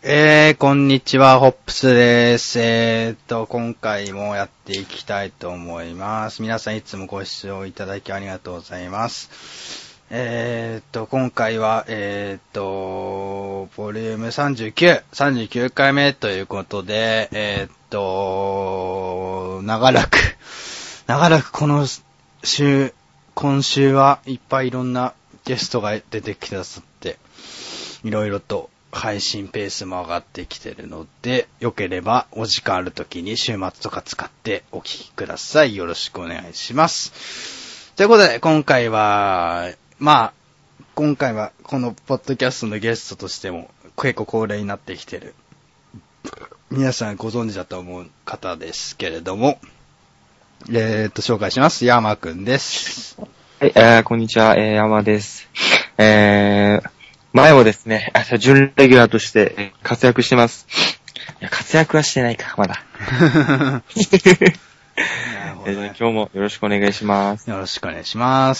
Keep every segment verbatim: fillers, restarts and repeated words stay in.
えー、こんにちは、ホップスです。えーっと、今回もやっていきたいと思います。皆さんいつもご視聴いただきありがとうございます。えーっと、今回は、えーっと、ボリュームさんじゅうきゅう、さんじゅうきゅうかいめということで、えーっと、長らく、長らくこの週、今週はいっぱいいろんなゲストが出てきてくださって、いろいろと配信ペースも上がってきてるので、よければお時間あるときに週末とか使ってお聞きください。よろしくお願いします。ということで、今回は、まあ、今回はこのポッドキャストのゲストとしても結構恒例になってきてる、皆さんご存知だと思う方ですけれども、えーっと、紹介します。山くんです。 はい、えー、こんにちは、えー、山です。えー、前もですね、あ、準レギュラーとして活躍してます。いや、活躍はしてないか、まだ。なるほどね、今日もよろしくお願いします。 よろしくお願いします。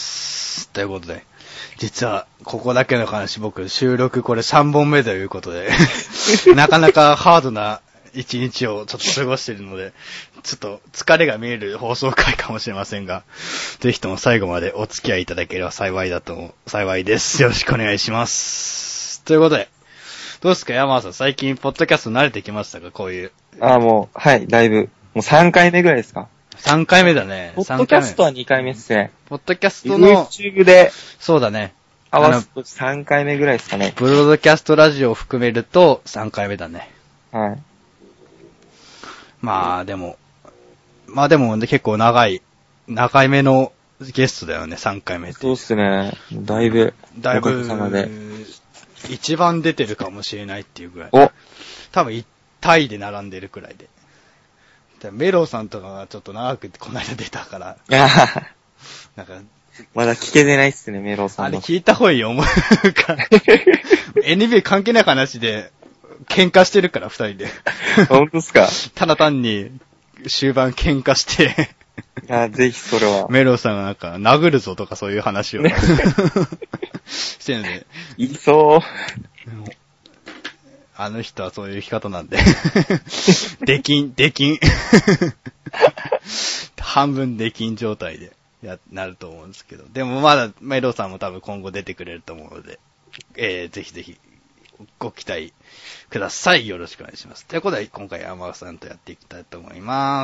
ということで、実は、ここだけの話、僕、収録これさんぼんめということで、なかなかハードな一日をちょっと過ごしているので、ちょっと疲れが見える放送回かもしれませんが、ぜひとも最後までお付き合いいただければ幸いだと、幸いです。よろしくお願いします。ということで、どうですか、山田さん、最近、ポッドキャスト慣れてきましたか、こういう。 あ、もう、はい、だいぶ。もうさんかいめぐらいですか。 さんかいめだね。 ポッドキャストはにかいめっすね。 ポッドキャストの、 YouTube で、 そうだね。 合わすとさんかいめぐらいですかね。 ブロードキャストラジオを含めるとさんかいめだね。 はい。 まあでも、まあでも結構長い、長い目のゲストだよね、さんかいめって。 そうっすね。だいぶ、 だいぶ、 おかげさまで。 一番出てるかもしれないっていうぐらい。 お多分タイで並んでるくらいで。メロさんとかがちょっと長くこの間出たから。なんかまだ聞けてないっすね、メロさんの。 あれ聞いた方がいいよ、思うから。エヌビーエー 関係ない話で、喧嘩してるから、二人で。 本当っすか？ ただ単に、終盤喧嘩して、 あ、ぜひそれは。 メロさんがなんか、殴るぞとかそういう話を、してるので。 いそう。 あの人はそういう生き方なんで。出禁、出禁。半分出禁状態でや、なると思うんですけど。でもまだ、メロさんも多分今後出てくれると思うので、えー、ぜひぜひ、ご期待ください。よろしくお願いします。ということで、今回山田さんとやっていきたいと思います。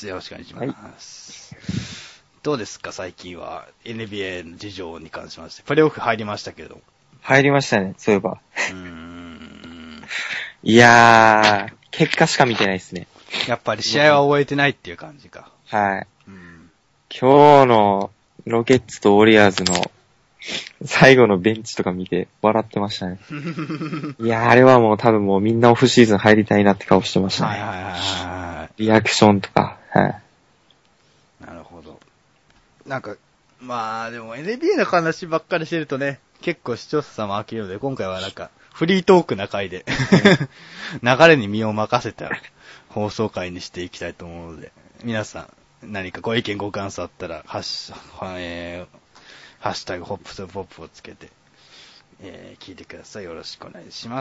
よろしくお願いします。はい、どうですか、最近は エヌビーエー の事情に関しまして。プレイオフ入りましたけど。 入りましたね、そういえば。 うーん。 いやー、結果しか見てないですね。 やっぱり試合は終えてないっていう感じか。 はい。 うん、 今日のロケッツとウォリアーズの最後のベンチとか見て笑ってましたね。いやー、あれはもう多分もうみんなオフシーズン入りたいなって顔してましたね。はいはいはいはい。リアクションとか。はい。 なるほど。なんか、まあでも エヌビーエー の話ばっかりしてるとね、結構視聴者さんも飽きるので、今回はなんか、フリートークな回で、流れに身を任せた放送回にしていきたいと思うので、皆さん何かご意見ご感想あったら、ハッシュ、えー、ハッシュタグホップとポップをつけて、えー、聞いてください。よろしくお願いします。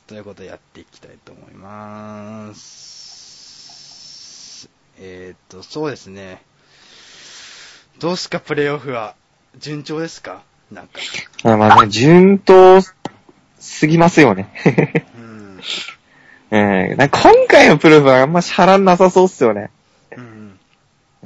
ということでやっていきたいと思います。えーっと、そうですね。どうすか、プレイオフは。順調ですか？なんか。 まあね、順当すぎますよね。うん。えー、なんか今回のプレイオフはあんまし波乱なさそうっすよね。うん。うん。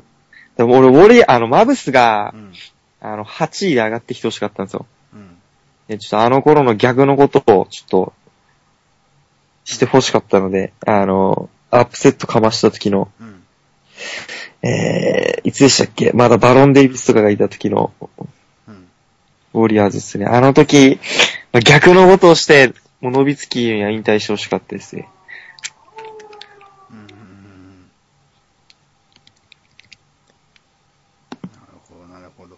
でも俺、ウォリ、あの、マブスが、うん、あの、はちいで上がってきてほしかったんですよ。うん。で、ちょっとあの頃の逆のことを、ちょっと、してほしかったので、あの、アップセットかました時の、うん、えー、いつでしたっけ？まだバロン・デイビスとかがいた時の、うん、ウォリアーズですね。あの時、逆のことをして、もうノビツキーには引退してほしかったですね。うん。 なるほど、なるほど。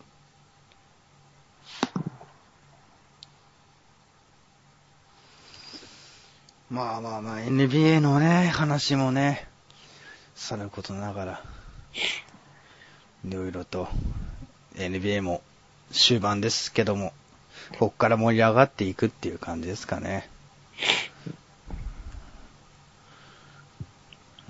まあまあまあ、エヌビーエー のね、話もね、さることながら、いろいろと、エヌビーエー も終盤ですけども、こっから盛り上がっていくっていう感じですかね。 う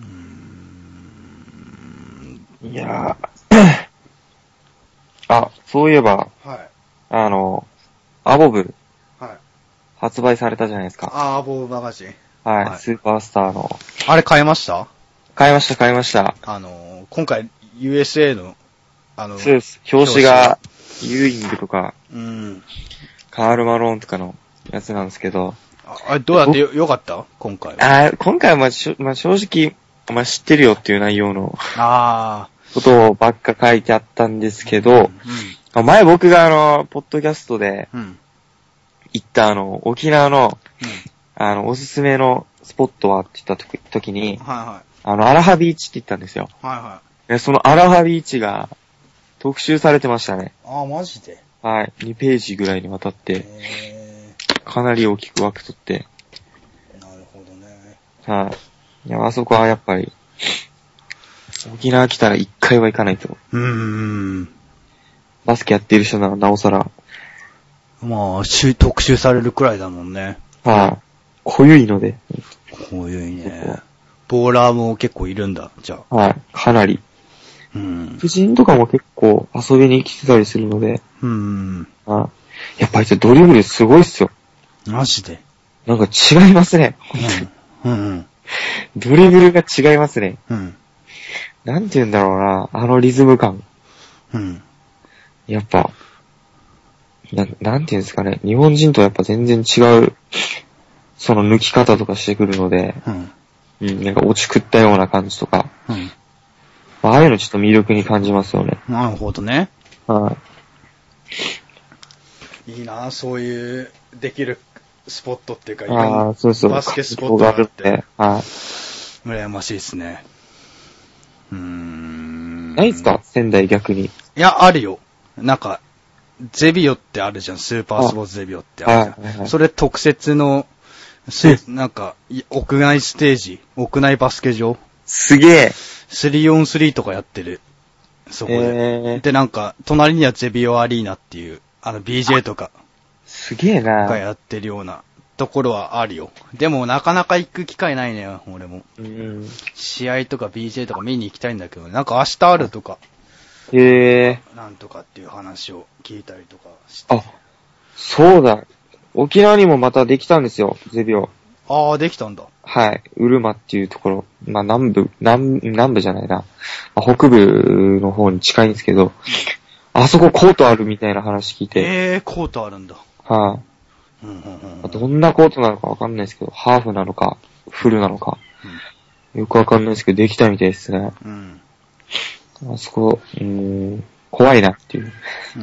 ーん。 いやー。あ、そういえば、 はい。 あの、アボブ、 はい。 発売されたじゃないですか。 あー、ボブマガジン。 はい、 はい。 スーパースターの。 あれ買いました？ 買いました、買いました。 あの、今回 ユーエスエー の、あの、 そうです。表紙が、ユーイングとか、 うん。 カール・マローンとかのやつなんですけど。 あれ、どうやってよ、よかった今回は。 あ今回はまあ、しょまあ、正直、まあ、知ってるよっていう内容の、 あことばっか書いてあったんですけど、 うんうん、前僕があの、ポッドキャストで、 うん、 行ったあの、沖縄の、 うん、 あの、おすすめのスポットはって言った時に、 はいはい。 あの、アラハビーチって言ったんですよ。 はいはでそのアラハビーチが特集されてましたね。 い。ああ、マジで？ はい。にページぐらいにわたって、 へかなり大きく分け取って。 ー、なるほどね。 はい。いや、あそこはやっぱり、沖縄来たら一回は行かないと。 うーん。 バスケやっている人ならなおさら。 まあ、し特集されるくらいだもんね。 はい。濃ゆいので。 こういうね。ボーラーも結構いるんだ、じゃあ。 はい。かなり。 うん。 夫人とかも結構遊びに来てたりするので。 うん。 はい。やっぱあいつドリブルすごいっすよ。 マジで。 なんか違いますね。 うん。うん。 ドリブルが違いますね。 うん。 なんて言うんだろうな。あのリズム感。 うん。 やっぱ、な、なんて言うんですかね。日本人とやっぱ全然違う、その抜き方とかしてくるので、 うん。 うん、なんか落ち食ったような感じとか、 うん。 ああいうのちょっと魅力に感じますよね。 なるほどね。 はい。 いいな、そういう、できるスポットっていうか、 ああ、そうそう。 バスケスポットがあって、 ね、はい。 羨ましいですね。うーん。 ないですか仙台逆に。 いや、あるよ。なんか、ゼビオってあるじゃん。スーパースポーツゼビオってあるじゃん。 はいはいはい、 それ特設の、なんか、屋外ステージ、屋内バスケ場。 すげえ。 スリーオンスリーとかやってる。そこで。えー、で、なんか、隣にはゼビオアリーナっていう、あの ビージェー とか。 すげえな。 がやってるようなところはあるよ。でもなかなか行く機会ないね、俺も。うん。試合とか ビージェー とか見に行きたいんだけど、なんか明日あるとか。 へえ。 なんとかっていう話を聞いたりとかして。 あ、そうだ。沖縄にもまたできたんですよ、ゼビオ。 ああ、できたんだ。 はい。うるまっていうところ。まあ南部、南、南部じゃないな。まあ、北部の方に近いんですけど、あそこコートあるみたいな話聞いて。 ええー、コートあるんだ。 はい、うんうんうん。どんなコートなのかわかんないですけど、ハーフなのか、フルなのか。うん、よくわかんないですけど、できたみたいですね。うん。あそこ、うーん、怖いなっていう。うん。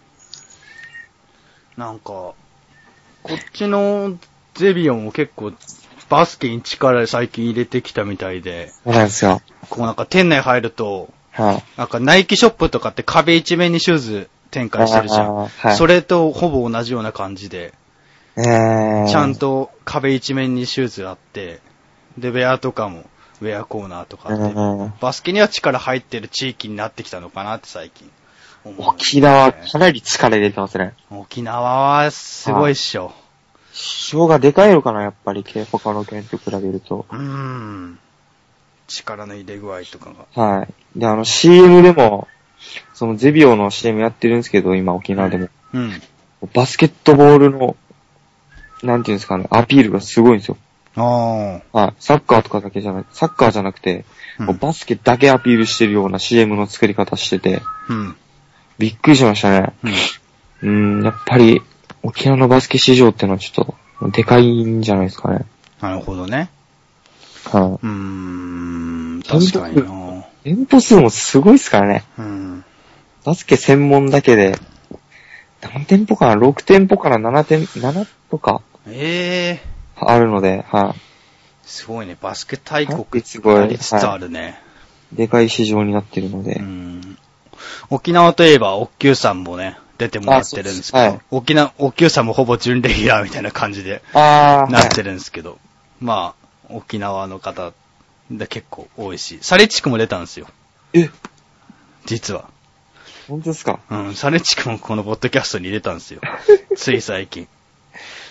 なんか、こっちのゼビオンも結構バスケに力最近入れてきたみたいで。 そうなんですよ。 こうなんか店内入ると、 はい、 なんかナイキショップとかって壁一面にシューズ展開してるじゃん。はい、それとほぼ同じような感じで、えー、ちゃんと壁一面にシューズあって、で、ウェアとかもウェアコーナーとかあって、えー、バスケには力入ってる地域になってきたのかなって最近思う、ね。沖縄かなり力入れてますね。 沖縄はすごいっしょ。 市場がでかいのかな、やっぱり、他の県と比べると。 うーん。力の入れ具合とかが。はい。で、あの シーエム でも、そのゼビオの シーエム やってるんですけど、今沖縄でも。うん。うん、バスケットボールの、なんていうんですかね、アピールがすごいんですよ。ああ。はい。サッカーとかだけじゃない、サッカーじゃなくて、うん、バスケだけアピールしてるような シーエム の作り方してて、うん。びっくりしましたね。うん。うん、やっぱり、沖縄のバスケ市場ってのはちょっと、でかいんじゃないですかね。 なるほどね。 はい、あ、 うーん、確かにな。 店舗数もすごいっすからね。うん。バスケ専門だけで、何店舗かな ?ろく 店舗からなな店、ななとか。ええー。あるので、はい、あ。 すごいね。バスケ大国になりつつあるね、はい。 でかい市場になってるので。うん。沖縄といえば、オッキューさんもね、出てもらってるんですけど、はい、沖縄、オッキューさんもほぼ準レギュラーみたいな感じで、なってるんですけど、はい、まあ、沖縄の方で結構多いし、サレチクも出たんですよ。 え実は。 本当ですか？ うん、サレチクもこのポッドキャストに入れたんですよ。つい最近。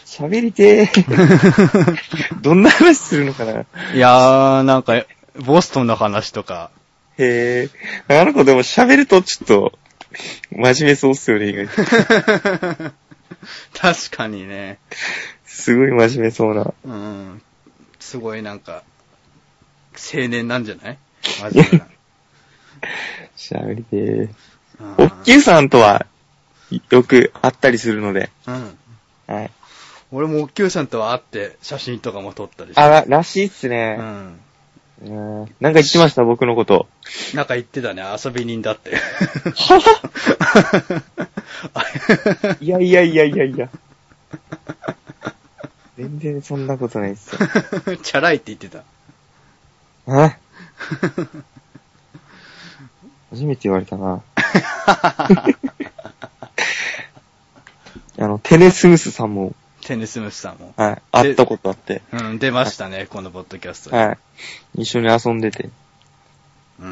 喋りてー。どんな話するのかな。 いやー、なんか、ボストンの話とか。 へー。あの子でも喋るとちょっと、真面目そうっすよね、意外と。 確かにね。 すごい真面目そうな。 うん。すごいなんか、青年なんじゃない真面目な。 喋りてー。おっきゅうさんとは、よく会ったりするので。 うん。 はい。 俺もおっきゅうさんとは会って写真とかも撮ったりして。 あら、らしいっすね。 うん。 うん。なんか言ってました、僕のこと。 なんか言ってたね、遊び人だって。 いやいやいやいやいや。全然そんなことないっすよ。 チャラいって言ってた。 あ初めて言われたな。あの、テネスムスさんも。 テネスムスさんも。 はい。会ったことあって。 うん、出ましたね、はい、このポッドキャストで。 はい。一緒に遊んでて。 うん。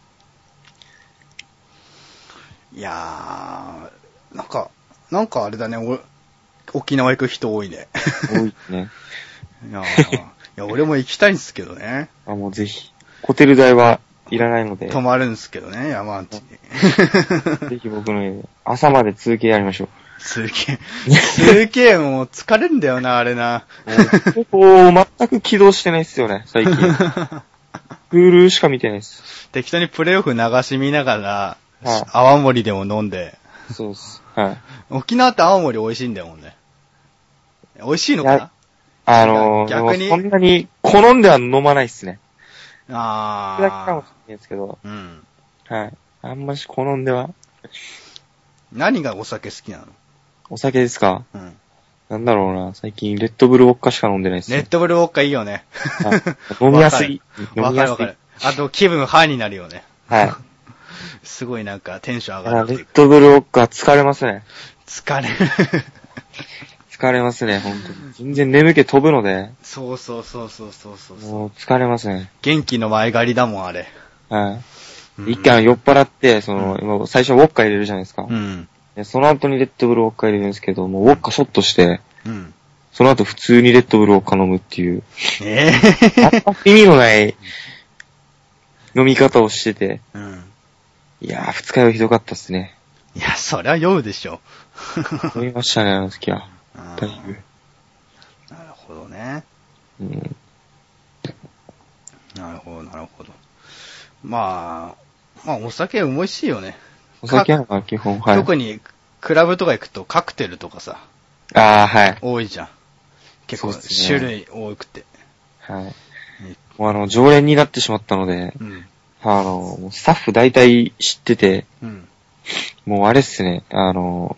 いやー、なんか、なんかあれだね、お沖縄行く人多いね。 多いね。 いやー、いや、俺も行きたいんですけどね。 あ、もうぜひ。ホテル代はいらないので。 泊まるんですけどね、山んちに。 ぜひ僕の家で。朝まで通勤やりましょう。 通勤。通勤もう疲れんだよな、あれな。 ここ、全く起動してないっすよね、最近。プールしか見てないっす。 適当にプレイオフ流し見ながら、はい、泡盛でも飲んで。 そうっす。はい。 沖縄って泡盛美味しいんだもんね。美味しいのかな？ あのー、逆に。そんなに好んでは飲まないっすね。 あー。 だけかもしれないですけど。 うん。 はい。あんまし好んでは。 何がお酒好きなの？ お酒ですか？ うん。 なんだろうな。最近、レッドブルウォッカしか飲んでないっすね。 レッドブルウォッカいいよね。 はい、飲みやすい。 わかるわかる。あと、気分ハイになるよね。 はい。 すごいなんかテンション上がる。 レッドブルウォッカ疲れますね。 疲れる。 疲れますね、ほんとに。全然眠気飛ぶので。 そうそうそうそうそうそう。 もう疲れますね。 元気の前借りだもん、あれ。 はい。一回酔っ払って、その、うん、最初ウォッカ入れるじゃないですか。 うん。 でその後にレッドブルウォッカ入れるんですけど、もうウォッカショットして、 うん。 その後普通にレッドブルウォッカ飲むっていう。 えぇ、 ー、意味のない飲み方をしてて。 うん。 いやー、二日酔いひどかったっすね。 いや、そりゃ酔うでしょ。 飲みましたね、あの時は。だいぶ。 なるほどね。 うん。 なるほど、なるほど。まあ、まあ、お酒美味しいよね。 お酒は基本、はい。 特に、クラブとか行くとカクテルとかさ。 ああ、はい。 多いじゃん。結構、種類多くて。 はい。もうあの、常連になってしまったので、うん、あの、スタッフ大体知ってて、うん、もうあれっすね、あの、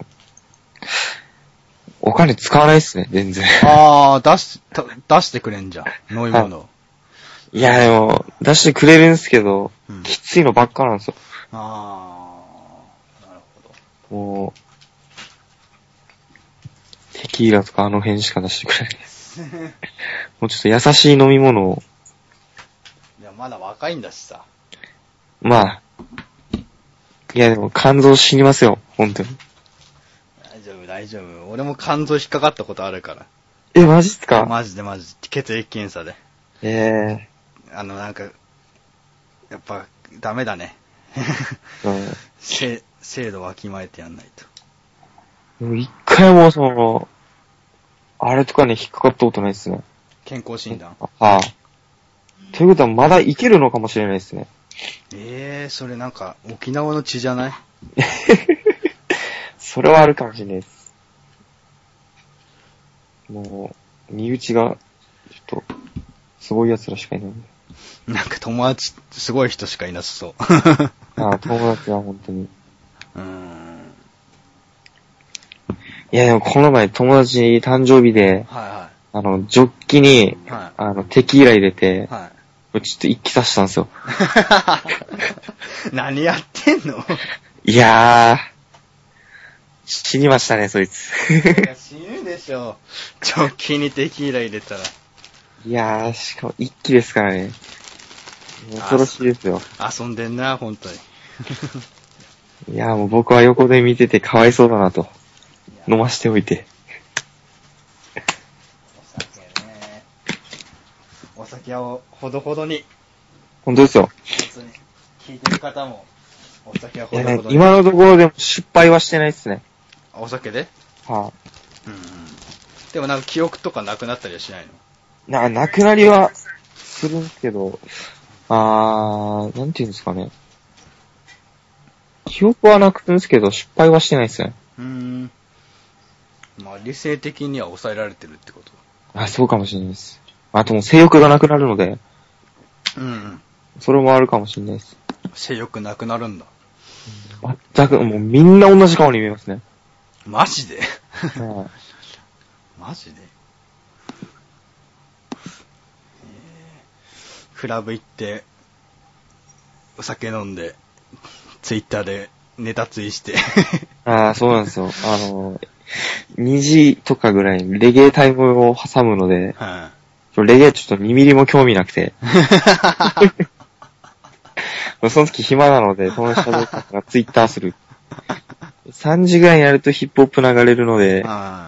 お金使わないっすね、全然。 ああ、出し、出してくれんじゃん、飲み物。 はい、いや、でも、出してくれるんすけど、うん、きついのばっかなんですよ。 ああ、なるほど。もう、テキーラとかあの辺しか出してくれないです。もうちょっと優しい飲み物を。 いや、まだ若いんだしさ。 まあ。いや、でも肝臓死にますよ、本当に。 大丈夫、大丈夫。俺も肝臓引っかかったことあるから。 え、マジっすか？ マジでマジで。血液検査で。 ええー。あの、なんか、やっぱ、ダメだね。 うん、 せ制度わきまえてやんないと。 一回もその、あれとかに引っかかったことないっすね。 健康診断。 はあ。ということはまだいけるのかもしれないですね。 ええー、それなんか沖縄の血じゃない？ それはあるかもしれないです。もう、身内が、ちょっと、すごい奴らしかいない。 なんか友達、すごい人しかいなさそう。 ああ、友達は本当に。 うーん。 いやでもこの前友達誕生日で、はいはい、あの、ジョッキに、はい、あの、テキーラ入れて、はい、ちょっと一気刺したんですよ。 何やってんの？ いやー、死にましたね、そいつ。 いや、死ぬでしょ。ジョッキにテキーラ入れたら。 いやー、しかも一気ですからね。恐ろしいですよ。 遊んでんな、本当に。 いやーもう僕は横で見ててかわいそうだなと。飲ましておいて。 酒をほどほどに。 本当ですよ。 本当に。聞いてる方も、お酒はほどいやね、 ほどに。 今のところでも失敗はしてないっすね。 お酒ではうんうん。でもなんか記憶とかなくなったりはしないの？ な、なくなりはするんですけど、あー、なんていうんですかね。記憶はなくすんですけど、失敗はしてないですね。 うーん。まあ理性的には抑えられてるってこと。 あ、そうかもしれないです。あともう性欲がなくなるので、 うんうん。 それもあるかもしれないです。 性欲なくなるんだ。 全く、もうみんな同じ顔に見えますね。 マジではいマジで、えー、クラブ行って、お酒飲んで、ツイッターでネタツイしてああ、そうなんですよ。あの、にじとかぐらいにレゲエタイムを挟むので、 はレゲエちょっとにミリも興味なくて。その時暇なので、友達とがツイッターする。さんじぐらいにやるとヒップホップ流れるので、は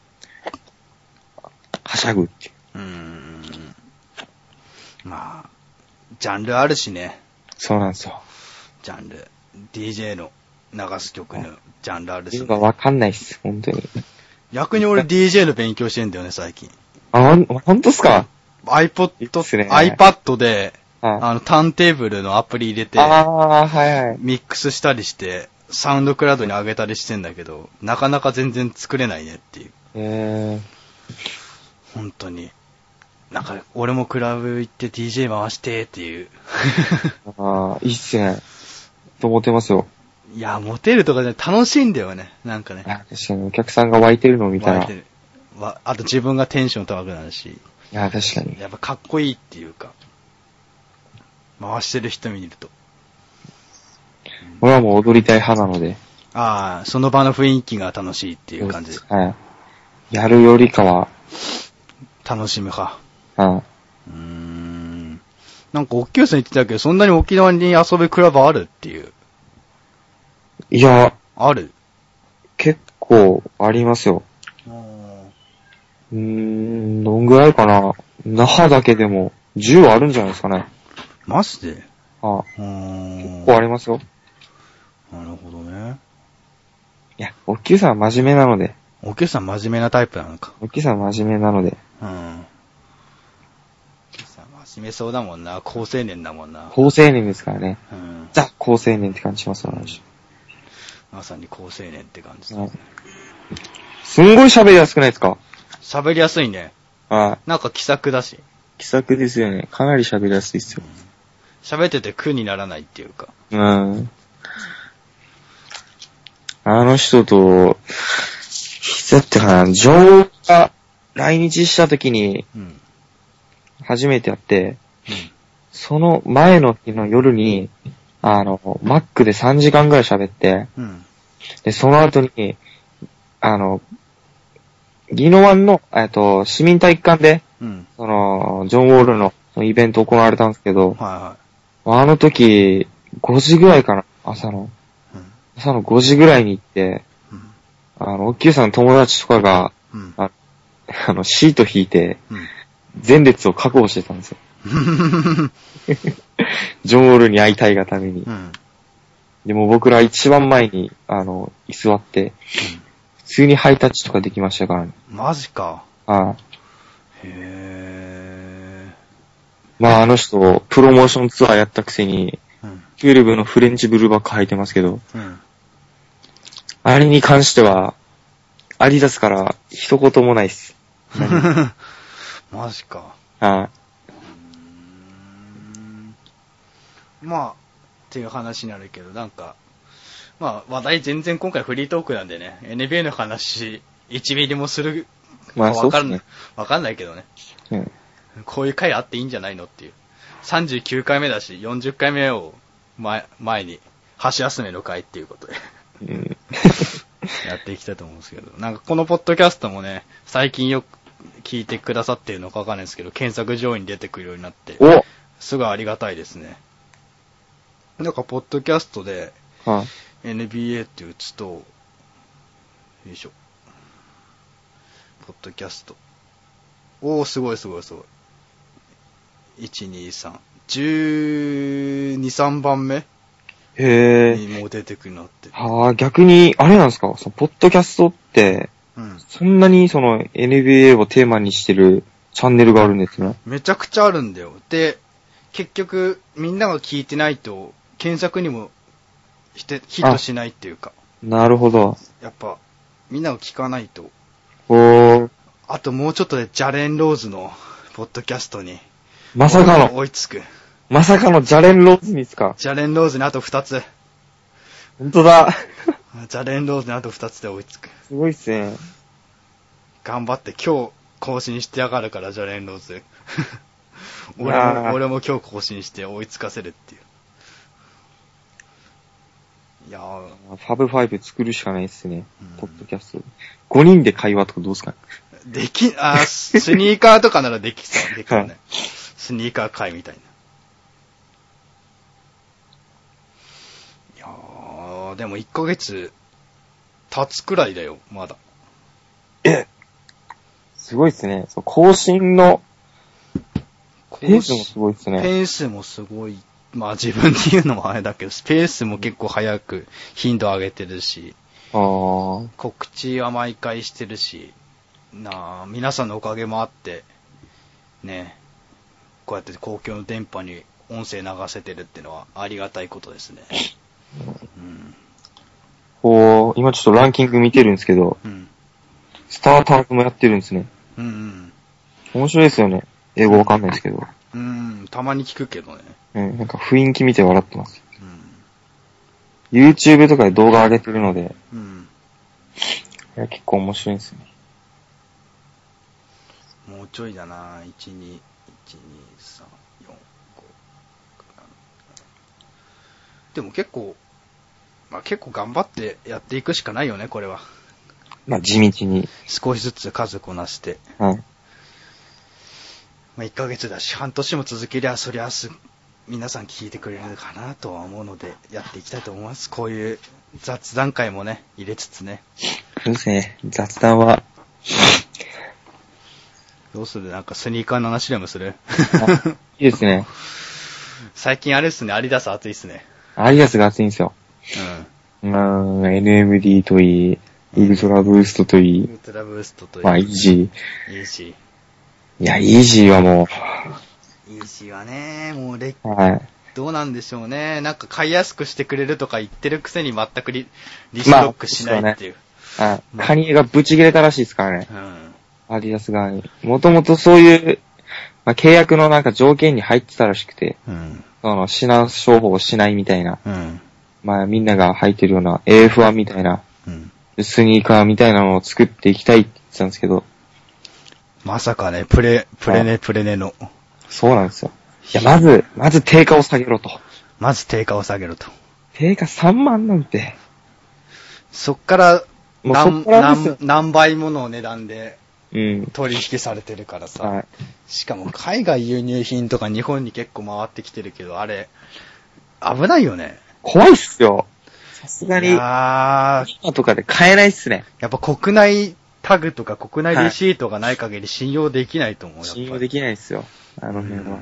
しゃぐっていう。 うーん。まあ、ジャンルあるしね。 そうなんですよ。 ジャンル。ディージェー の流す曲のジャンルあるし、ね。 わかんないっす、本当に。 逆に俺 ディージェー の勉強してんだよね、最近。 あ、ほん、ほんとっすか？ iPod、 すね、 iPad で、 ああの、ターンテーブルのアプリ入れて、 ああ、はいはい。 ミックスしたりして、サウンドクラウドに上げたりしてんだけど、なかなか全然作れないねっていう。 え本当に。なんか、俺もクラブ行って ディージェー 回してっていう。 ー、ああ、いいっすね。と思ってますよ。 いや、モテるとかじゃ楽しいんだよね。なんかね。 確かにお客さんが湧いてるのを見たら。 湧いてる。わ、あと自分がテンション高くなるし。 いや、確かに。 やっぱかっこいいっていうか。回してる人見ると。 俺はもう踊りたい派なので。 ああ、その場の雰囲気が楽しいっていう感じで。 はい。やるよりかは、 楽しむ派。 うん。 うーん。なんか、大きいさん言ってたけど、そんなに沖縄に遊ぶクラブあるっていう。 いや、 ある結構ありますよ。うーん、どんぐらいかな。那覇だけでもじゅうあるんじゃないですかね。 マジでああ、 うーん。 結構ありますよ。 なるほどね。 いや、おっきゅうさんは真面目なので。 おきゅうさん真面目なタイプなのか。 おっきゅうさんは真面目なので。 うん。おきゅうさん真面目そうだもんな。高青年だもんな。 高青年ですからね。 うん。 ザ・高青年って感じしますよ、私。 まさに高青年って感じだ、ね。 うん。すんごい喋りやすくないですか？ 喋りやすいね。 ああ。 なんか気さくだし。 気さくですよね。かなり喋りやすいっすよ。 喋ってて苦にならないっていうか。 うん。あの人と、だってかな、ジョーが来日した時に、初めて会って、うん、その前の日の夜に、あの、マックでさんじかんぐらい喋って、うん、で、その後に、あの、宜野湾の、えっと、市民体育館で、うん、その、ジョン・ウォールのイベント行われたんですけど、はいはい、あの時、ごじぐらいかな、朝の。うん、朝のごじぐらいに行って、うん、あの、おっきゅうさんの友達とかが、うん、あ, あの、シート引いて、うん、前列を確保してたんですよ。ジョン・ウォールに会いたいがために。うん、でも僕ら一番前に、あの、居座って、うん、普通にハイタッチとかできましたからね。 マジか。 ああ。 へー。まああの人、プロモーションツアーやったくせに、うん、じゅうにのフレンチブルーバック履いてますけど、うん、あれに関しては、アディダスから一言もないっす。 マジか。 ああ。 まあ、っていう話になるけど、なんか、まあ、話題全然今回フリートークなんでね、エヌビーエー の話、いちミリもするかわかんない、わかんないけどね、うん。こういう回あっていいんじゃないのっていう。さんじゅうきゅうかいめだし、よんじゅっかいめを前、前に、箸休めの回っていうことで、うん、やっていきたいと思うんですけど、なんかこのポッドキャストもね、最近よく聞いてくださってるのかわかんないですけど、検索上位に出てくるようになって、すごいありがたいですね。なんか、ポッドキャストで、はあ、エヌビーエー って打つと、よいしょ。ポッドキャスト。おー、すごいすごいすごい。 いち、に、さん。じゅうに、さんばんめへにもう出てくるなって。 はあ、逆に、あれなんですか、そのポッドキャストって、うん、そんなにその エヌビーエー をテーマにしてるチャンネルがあるんですね。 めちゃくちゃあるんだよ。で、結局、みんなが聞いてないと、検索にもヒットしないっていうか。 なるほど。 やっぱ、みんなが聞かないと。 おー。 あともうちょっとでジャレン・ローズのポッドキャストに。 まさかの。 追いつく。 まさかのジャレン・ローズにですか。 ジャレン・ローズにあとふたつ。 ほんとだ。 ジャレン・ローズにあとふたつで追いつく。 すごいっすね。 頑張って今日更新してやがるから、ジャレン・ローズ。俺も、俺も今日更新して追いつかせるっていう。いやー。 ファブファイブ作るしかないっすね。ポッドキャスト。ごにんで会話とかどうすか？ でき、あー、スニーカーとかならできそう。できるね。スニーカー会みたいな。いやー、でもいっかげつ経つくらいだよ、まだ。 えすごいっすね。そう、更新の、ペースもすごいっすね。 ペースもすごい。まあ自分で言うのもあれだけど、ペースも結構早く頻度上げてるし、 あー、 告知は毎回してるし、なあ、皆さんのおかげもあって、ね、こうやって公共の電波に音声流せてるってのはありがたいことですね。うん、 こう、今ちょっとランキング見てるんですけど、うん、スターターズもやってるんですね。うんうん、面白いですよね。英語わかんないですけど。 うん、たまに聞くけどね。 うん、なんか雰囲気見て笑ってます。うん、YouTube とかで動画上げてるので、うん、いや結構面白いですね。 もうちょいだな。いち、に、いち、に、さん、よん、ご、でも結構、まあ結構頑張ってやっていくしかないよね、これは。 まあ地道に。 少しずつ数こなして。 はい。 まあいっかげつだし、半年も続けりゃ、そりゃす、皆さん聞いてくれるかなとは思うので、やっていきたいと思います。こういう雑談会もね、入れつつね。 そうですね。雑談は。 どうする？なんかスニーカーの話でもする？ いいですね。 最近あれっすね、アディダス熱いっすね。 アディダスが熱いんですよ。うん。うん、エヌエムディー といい、ウルトラブーストといい。 ウルトラブーストといい。 まあ、イージー。イージー。いや、イージーはもう。イージーはね、もうレッ、 はい。 どうなんでしょうね。なんか買いやすくしてくれるとか言ってるくせに全くリ、リストロックしないっていう。 まあ、ね、はい。カニエがブチ切れたらしいですからね。うん。アディダス側に。もともとそういう、まあ、契約のなんか条件に入ってたらしくて、うん、その品商法をしないみたいな、うん、まあみんなが履いてるような エーエフワン みたいな、うん、スニーカーみたいなのを作っていきたいって言ってたんですけど、 まさかね、プレ、プレネ、プレネの。 そうなんですよ。いや、まず、まず定価を下げろと。 まず定価を下げろと。 定価さんまんなんて。 そっから、何、何、何倍もの値段で、うん、取引されてるからさ、はい、しかも海外輸入品とか日本に結構回ってきてるけど、あれ危ないよね。 怖いっすよ。さすがに今とかで買えないっすね。 やっぱ国内タグとか国内レシートがない限り信用できないと思う。 はい、信用できないっすよ。あの辺は。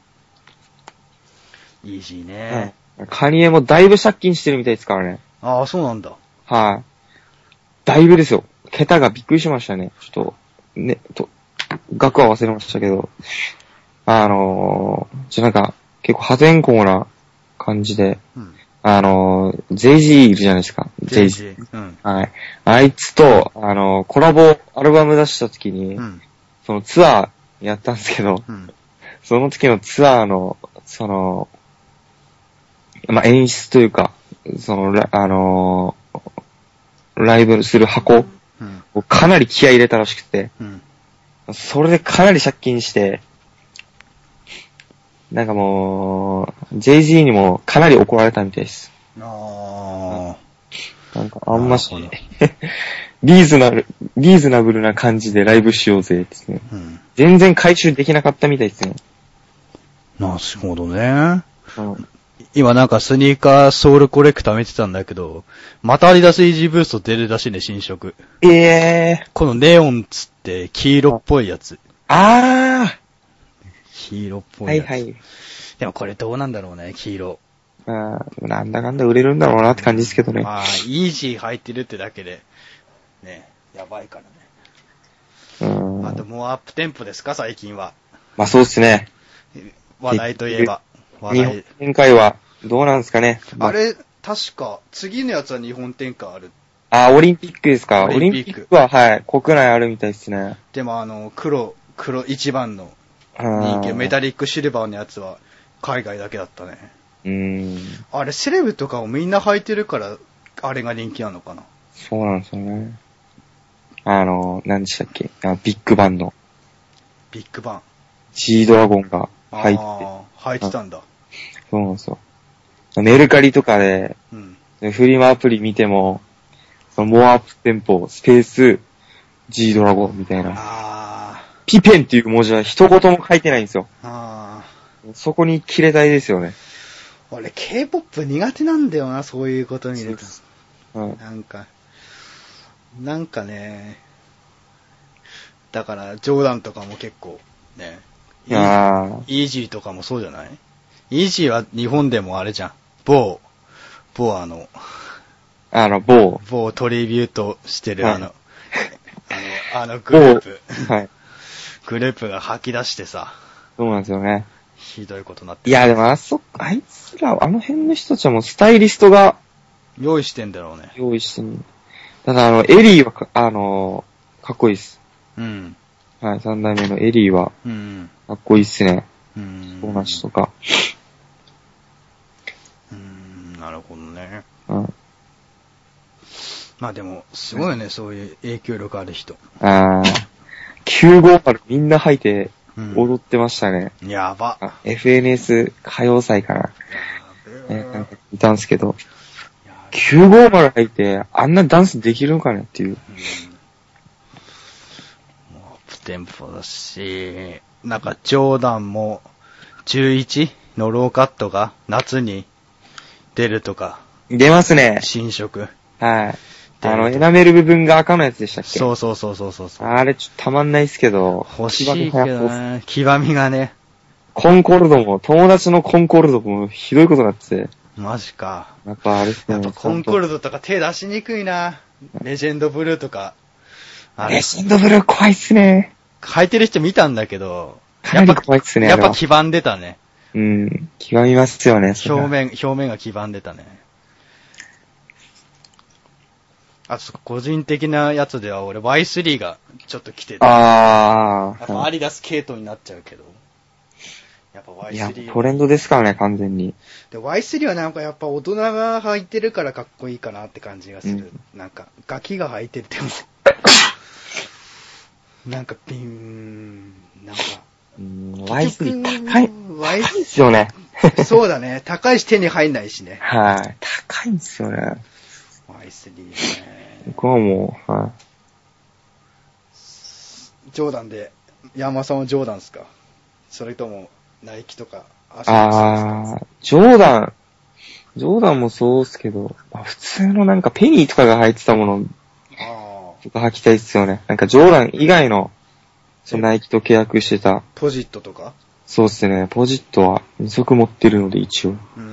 イージーね。 はい、カニエもだいぶ借金してるみたいですからね。 ああ、そうなんだ。 はい、だいぶですよ。桁がびっくりしましたね。ちょっと。ね、と、額は忘れましたけど、あのー、ちょ、なんか、結構破天荒な感じで、うん、あのー、ゼイジー いるじゃないですか。ゼイジー。うん、はい。あいつと、あのー、コラボアルバム出した時に、うん、そのツアーやったんですけど、うん、その時のツアーの、その、まあ、演出というか、その、あのー、ライブする箱、かなり気合い入れたらしくて、うん、それでかなり借金して、なんかもう、ジェイジー にもかなり怒られたみたいです。あー、なんかあんまし、リーズナブル、リーズナブルな感じでライブしようぜですね、うん。全然回収できなかったみたいですね。 なるほどね。うん、今なんかスニーカーソウルコレクター見てたんだけど、またアディダスイージーブースト出るらしいね、新色。 ええー。 このネオンつって黄色っぽいやつ。 あー。 黄色っぽいやつ。 はいはい。 でもこれどうなんだろうね、黄色。 ああ、なんだかんだ売れるんだろうなって感じですけどね。 まあ、イージー入ってるってだけで、ね、やばいからね。 うん。 あともうアップテンポですか、最近は。 まあそうですね。 話題といえば。話日本展開はどうなんですかね。 あれ、確か、次のやつは日本展開ある。 あ、オリンピックですか。 オリンピック。 オリンピックは、はい、国内あるみたいですね。 でもあの、黒、黒一番の人気、メタリックシルバーのやつは海外だけだったね。 うーん。 あれ、セレブとかをみんな履いてるから、あれが人気なのかな。 そうなんですよね。あの、何でしたっけあビッグバンの。 ビッグバン。 G ドラゴンが入って。 ああ、履いてたんだ。 そうなんですよ。メルカリとかで、 うん、 フリマアプリ見ても、そのモアアップテンポ、スペース、G ドラゴンみたいな。 あピペンっていう文字は一言も書いてないんですよ。 あそこに切れたいですよね。 俺 K-ポップ 苦手なんだよな、そういうこと見ると。 うん、 なんか、なんかね、だからジョーダンとかも結構ね、イージーとかもそうじゃない？イージーは日本でもあれじゃん。某、某あの、 あの、某。 某トリビュートしてるあの、はい、あの、あのグループ。はい。グループが吐き出してさ。 そうなんですよね。 ひどいことになってる。 いや、でもあそ、あいつら、あの辺の人たちはもうスタイリストが、 用意してんだろうね。 用意してん。ただあの、エリーはか、あの、かっこいいっす。 うん。 はい、三代目のエリーは、うん。かっこいいっすね。うん。そうな人とか。 うーん、なるほどね。 うん。 まあでも、すごいよね、うん、そういう影響力ある人。 あー。きゅうごまるみんな履いて、踊ってましたね。 うん、やば。 エフエヌエス 歌謡祭かな。えー、なんかいたんすけど、きゅうごまる履いて、あんなダンスできるのかねっていう。うん、 もうアップテンポだし、なんかジョーダンもじゅういちのローカットが夏に出るとか。 出ますね。 新色。 はい。あの、エナメル部分が赤のやつでしたっけ？ そうそうそうそうそうそう。 あれちょっとたまんないっすけど。 欲しいけどね。黄ばみがね。 コンコルドも、友達のコンコルドもひどいことになってて。 マジか。 やっぱあれっすね。 やっぱコンコルドとか手出しにくいな。レジェンドブルーとか。 あれレジェンドブルー怖いっすね。 履いてる人見たんだけど。 かなり怖いっすね。 やっぱ黄ばんでたね。 うん。黄ばみますよね。 表面、表面が黄ばんでたね。あと、個人的なやつでは俺 ワイスリー がちょっと来てて。 あー。 やっぱアリダス系統になっちゃうけど。やっぱ ワイスリー。 いや、トレンドですからね、完全に。 で、ワイスリー はなんかやっぱ大人が履いてるからかっこいいかなって感じがする。うん、なんか、ガキが履いてても。なんかピン、なんか。 うん、ワイスリー高い。ワイスリーですよね。 そうだね。高いし手に入んないしね。 はい。高いんですよね。 ワイスリーね。 僕はもう、はい。 ジョーダンで、山さんはジョーダンですか？それとも、ナイキとか、 アシックスですか？あー、ジョーダン、ジョーダンもそうっすけど、普通のなんかペニーとかが履いてたもの、とか履きたいっすよね。なんかジョーダン以外の、そのナイキと契約してた。 ポジットとか？ そうっすね。ポジットはに足持ってるので一応。うん。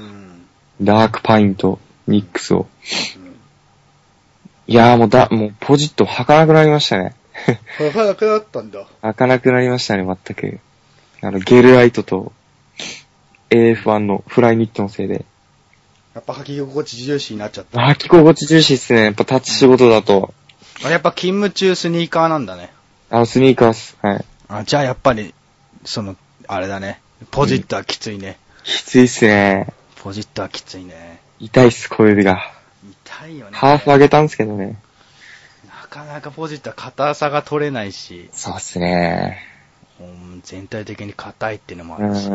ダークパインとニックスを。うん、いやーもうだ、もうポジット履かなくなりましたね。 履かなくなったんだ。 履かなくなりましたね、全く。あの、ゲルアイトと エーエフワン のフライニットのせいで。 やっぱ履き心地重視になっちゃった。 履き心地重視っすね。やっぱ立ち仕事だと。 うん、やっぱ勤務中スニーカーなんだね。 あの、スニーカーっす。はい。 あ、じゃあやっぱり、その、あれだね。ポジットはきついね。 うん、きついっすね。 ポジットはきついね。 痛いっす、小指が。 痛いよね。 ハーフ上げたんすけどね。 なかなかポジットは硬さが取れないし。 そうっすね。 うん、全体的に硬いっていうのもあるし。うん、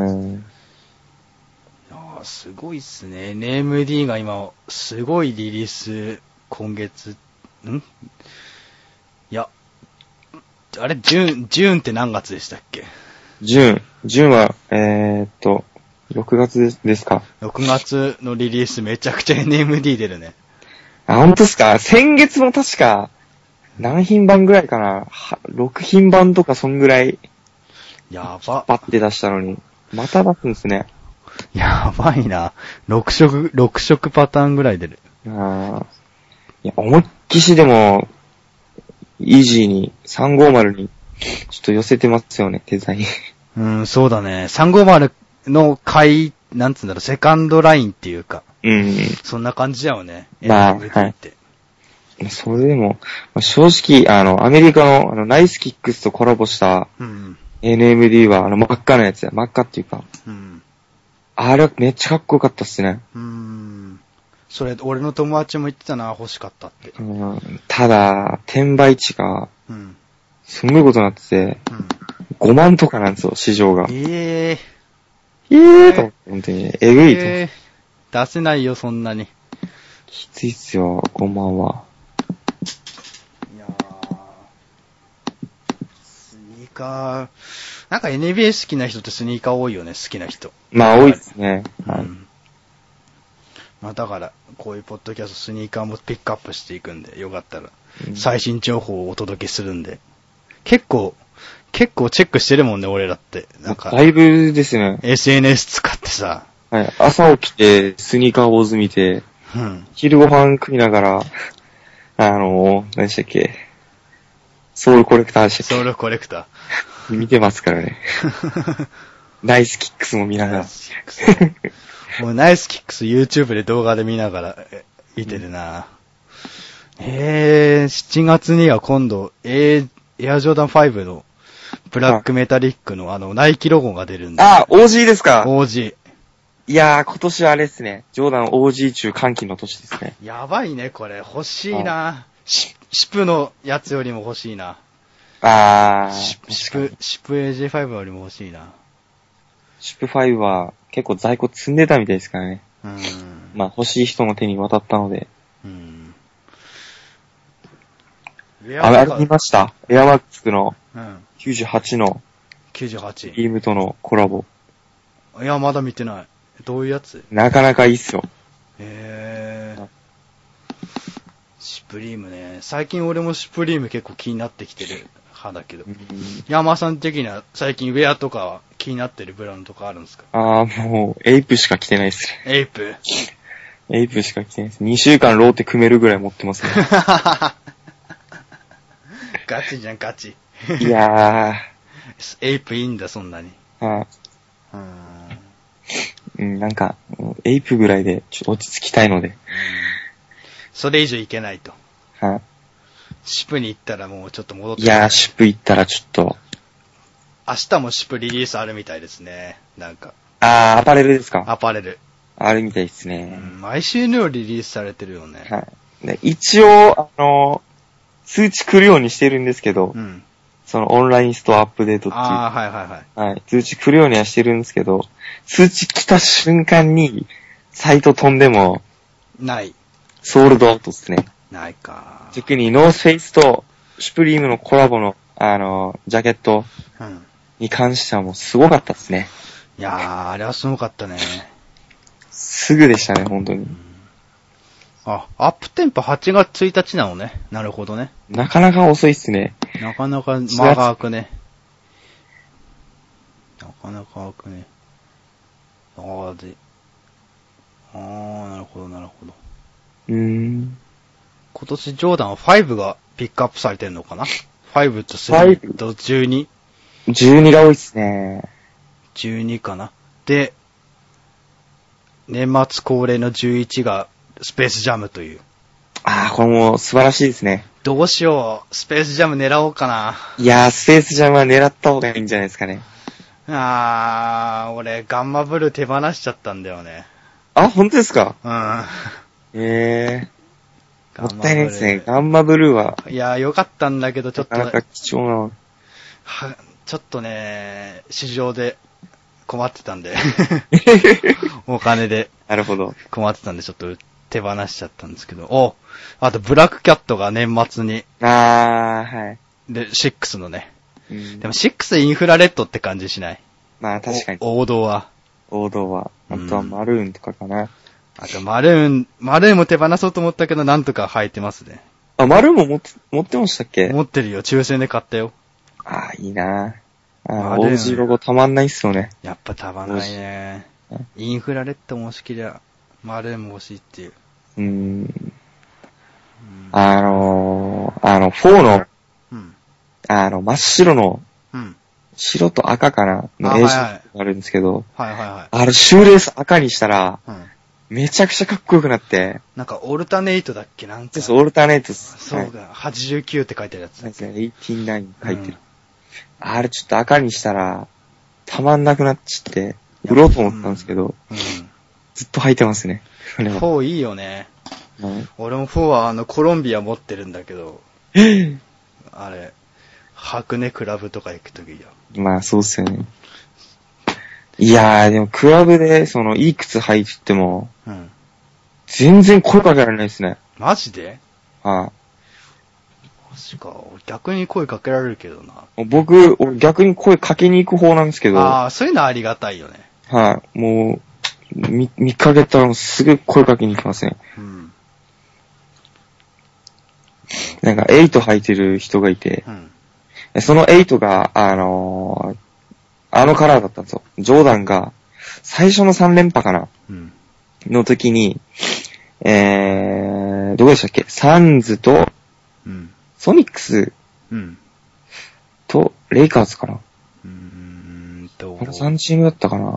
あーすごいっすね。エヌエムディー が今、すごいリリース、今月、んいや、あれ、ジューン、ジューンって何月でしたっけ？ ジューン。ジューンは、えーっと、ろくがつです、ですか。 ろくがつのリリースめちゃくちゃ エヌエムディー 出るね。 あ、ほんとっすか？先月も確か、何品番ぐらいかな？ろく品番とかそんぐらい。 いやば。 パッて出したのに、また出すんですね。 やばいな。ろく色、ろく色パターンぐらい出る。 ああ。いや、思いっきしでも、イージーに、さんごーまるに、ちょっと寄せてますよね、デザイン。 うん、そうだね。さんごーまるの回、なんつうんだろう、セカンドラインっていうか。 うん。 そんな感じだよね。 まあエヌエムディー って。 はい、それでも、正直、あの、アメリカの、あの、ナイスキックスとコラボした、うん、エヌエムディー は、あの、真っ赤なやつや。真っ赤っていうか。うん。あれ、めっちゃかっこよかったっすね。 うーん。それ、俺の友達も言ってたな、欲しかったって。 うん、ただ、転売値が、うん。すんごいことになってて、うん。ごまんとかなんですよ、市場が。ええー。ええーと、本当に、えぐいと、えー。出せないよ、そんなに。 きついっすよ、ごまんは。 いやー。スニーカー、なんか エヌビーエー 好きな人ってスニーカー多いよね、好きな人。 まあ、多いっすね。うん。はい、 まあ、だから、こういうポッドキャスト、スニーカーもピックアップしていくんで、よかったら、最新情報をお届けするんで。結構、結構チェックしてるもんね、俺らって。なんか。 だいぶですね。 エスエヌエス 使ってさ。 はい。朝起きて、スニーカーウォーズ見て、うん。昼ご飯食いながら、あのー、何でしたっけ。ソウルコレクターでしたっけ。 ソウルコレクター。見てますからね。ナイスキックスも見ながら。ナイスキックス。もうナイスキックス YouTube で動画で見ながら見てるな。うん、えー、しちがつには今度、えー、エアジョーダンファイブのブラックメタリックのあのナイキロゴが出るんで。 あ、オージー ですか？ オージー。 いやー、今年はあれですね。ジョーダン オージー 中歓喜の年ですね。 やばいね、これ。欲しいな。シップのやつよりも欲しいな。 あー。 シップ、シップ エージェーファイブ よりも欲しいな。 シップファイブは結構在庫積んでたみたいですからね。うん。まあ欲しい人の手に渡ったので。うん。あれ、あれ見ました？エアマックスのきゅうじゅうはちのきゅうじゅうはち。 ビームとのコラボ。 いや、まだ見てない。どういうやつ？ なかなかいいっすよ。 へー。シュプリームね。最近俺もシュプリーム結構気になってきてる派だけど。うん、山さん的には最近ウェアとかは気になってるブランドとかあるんですか？ あー、もう、エイプしか着てないっすね。エイプエイプしか着てないです。にしゅうかんローテ組めるぐらい持ってますね。 ガチじゃん、ガチ。 いやー。 エイプいいんだ、そんなに。 はい。うん、なんか、エイプぐらいでちょっと落ち着きたいので。うん、 それ以上いけないと。 はい。 シュプに行ったらもうちょっと戻っていやー、シュプ行ったらちょっと。 明日もシュプリリースあるみたいですね。なんか。 あー、アパレルですか？ アパレル。 あるみたいですね。 うん、毎週のようにリリースされてるよね。 はい。で一応、あの、通知来るようにしてるんですけど、うん、そのオンラインストアアップデートっていう。 ああ、はいはいはい。 はい。通知来るようにはしてるんですけど、通知来た瞬間に、サイト飛んでも、 ない。 ソールドアウトですね。 ないか。 特にノースフェイスとシュプリームのコラボの、あの、ジャケットに関してはもうすごかったですね。 いやー、あれはすごかったね。 すぐでしたね、本当に。うん、 あ、アップテンポはちがつついたちなのね。なるほどね。 なかなか遅いっすね。 なかなか間が空くね。なかなか空くね。ああ、で。ああ、なるほど、なるほど。 うーん。 今年ジョーダンはごがピックアップされてるのかな？ ご とさんとじゅうに。 じゅうにが多いっすね。 じゅうにかな。で、年末恒例のじゅういちがスペースジャムという。 ああ、これも素晴らしいですね。 どうしよう。スペースジャム狙おうかな。 いやー、スペースジャムは狙った方がいいんじゃないですかね。 あー、俺、ガンマブルー手放しちゃったんだよね。 あ、本当ですか？ うん。 えー。もったいないですね。ガンマブルーは。 いやー、よかったんだけど、ちょっと。 なかなか貴重な。 は、ちょっとね、市場で困ってたんで。お金で。 なるほど。 困ってたんで、ちょっと手放しちゃったんですけど。お、あと、ブラックキャットが年末に。 あー、はい。 で、シックスのね。うん、でも、シックスインフラレッドって感じしない？ まあ、確かに。 王道は。 王道は。あとはマルーンとかかな。うん、 あと、マルーン、マルーンも手放そうと思ったけど、なんとか履いてますね。 あ、マルーンも持って、持ってましたっけ？ 持ってるよ。抽選で買ったよ。 ああ、いいなあの、オージーロゴたまんないっすよね。 やっぱたまんないね。インフラレッドも欲しけりゃ、マルーンも欲しいっていう。 うーん。あのー、あの、フォーの、うん、あの、真っ白の、うん、白と赤かなの映像があるんですけど、 はいはいはい。 あれ、シューレース赤にしたら、うん、めちゃくちゃかっこよくなって。 なんか、オルタネイトだっけなんか。 そう、オルタネイトっす。 そうか、はい、はちじゅうきゅうって書いてあるやつ。 そうですね、はちじゅうきゅう書いてる。うん、あれ、ちょっと赤にしたら、たまんなくなっちって、売ろうと思ったんですけど、うんうん、ずっと履いてますね。 フォーいいよね。うん、俺もフォーはあの、コロンビア持ってるんだけど、あれ、履くね、クラブとか行くときや。 まあ、そうっすよね。いやー、でも、クラブで、その、いい靴履いてても、うん、全然声かけられないですね。 マジで？ はい、あ。 マジか。逆に声かけられるけどな。 僕、俺逆に声かけに行く方なんですけど。 ああ、そういうのありがたいよね。 はい、あ。もう、見、見かけたらすぐ声かけに行きますね。うん。なんか、エイト履いてる人がいて、うん、そのエイトが、あのー、あのカラーだったんですよ。ジョーダンが、最初のさん連覇かな、うん、の時に、えー、どこでしたっけ？サンズと、うん、ソニックス、うん、と、レイカーズかな、うーんと、このさんチームだったかな。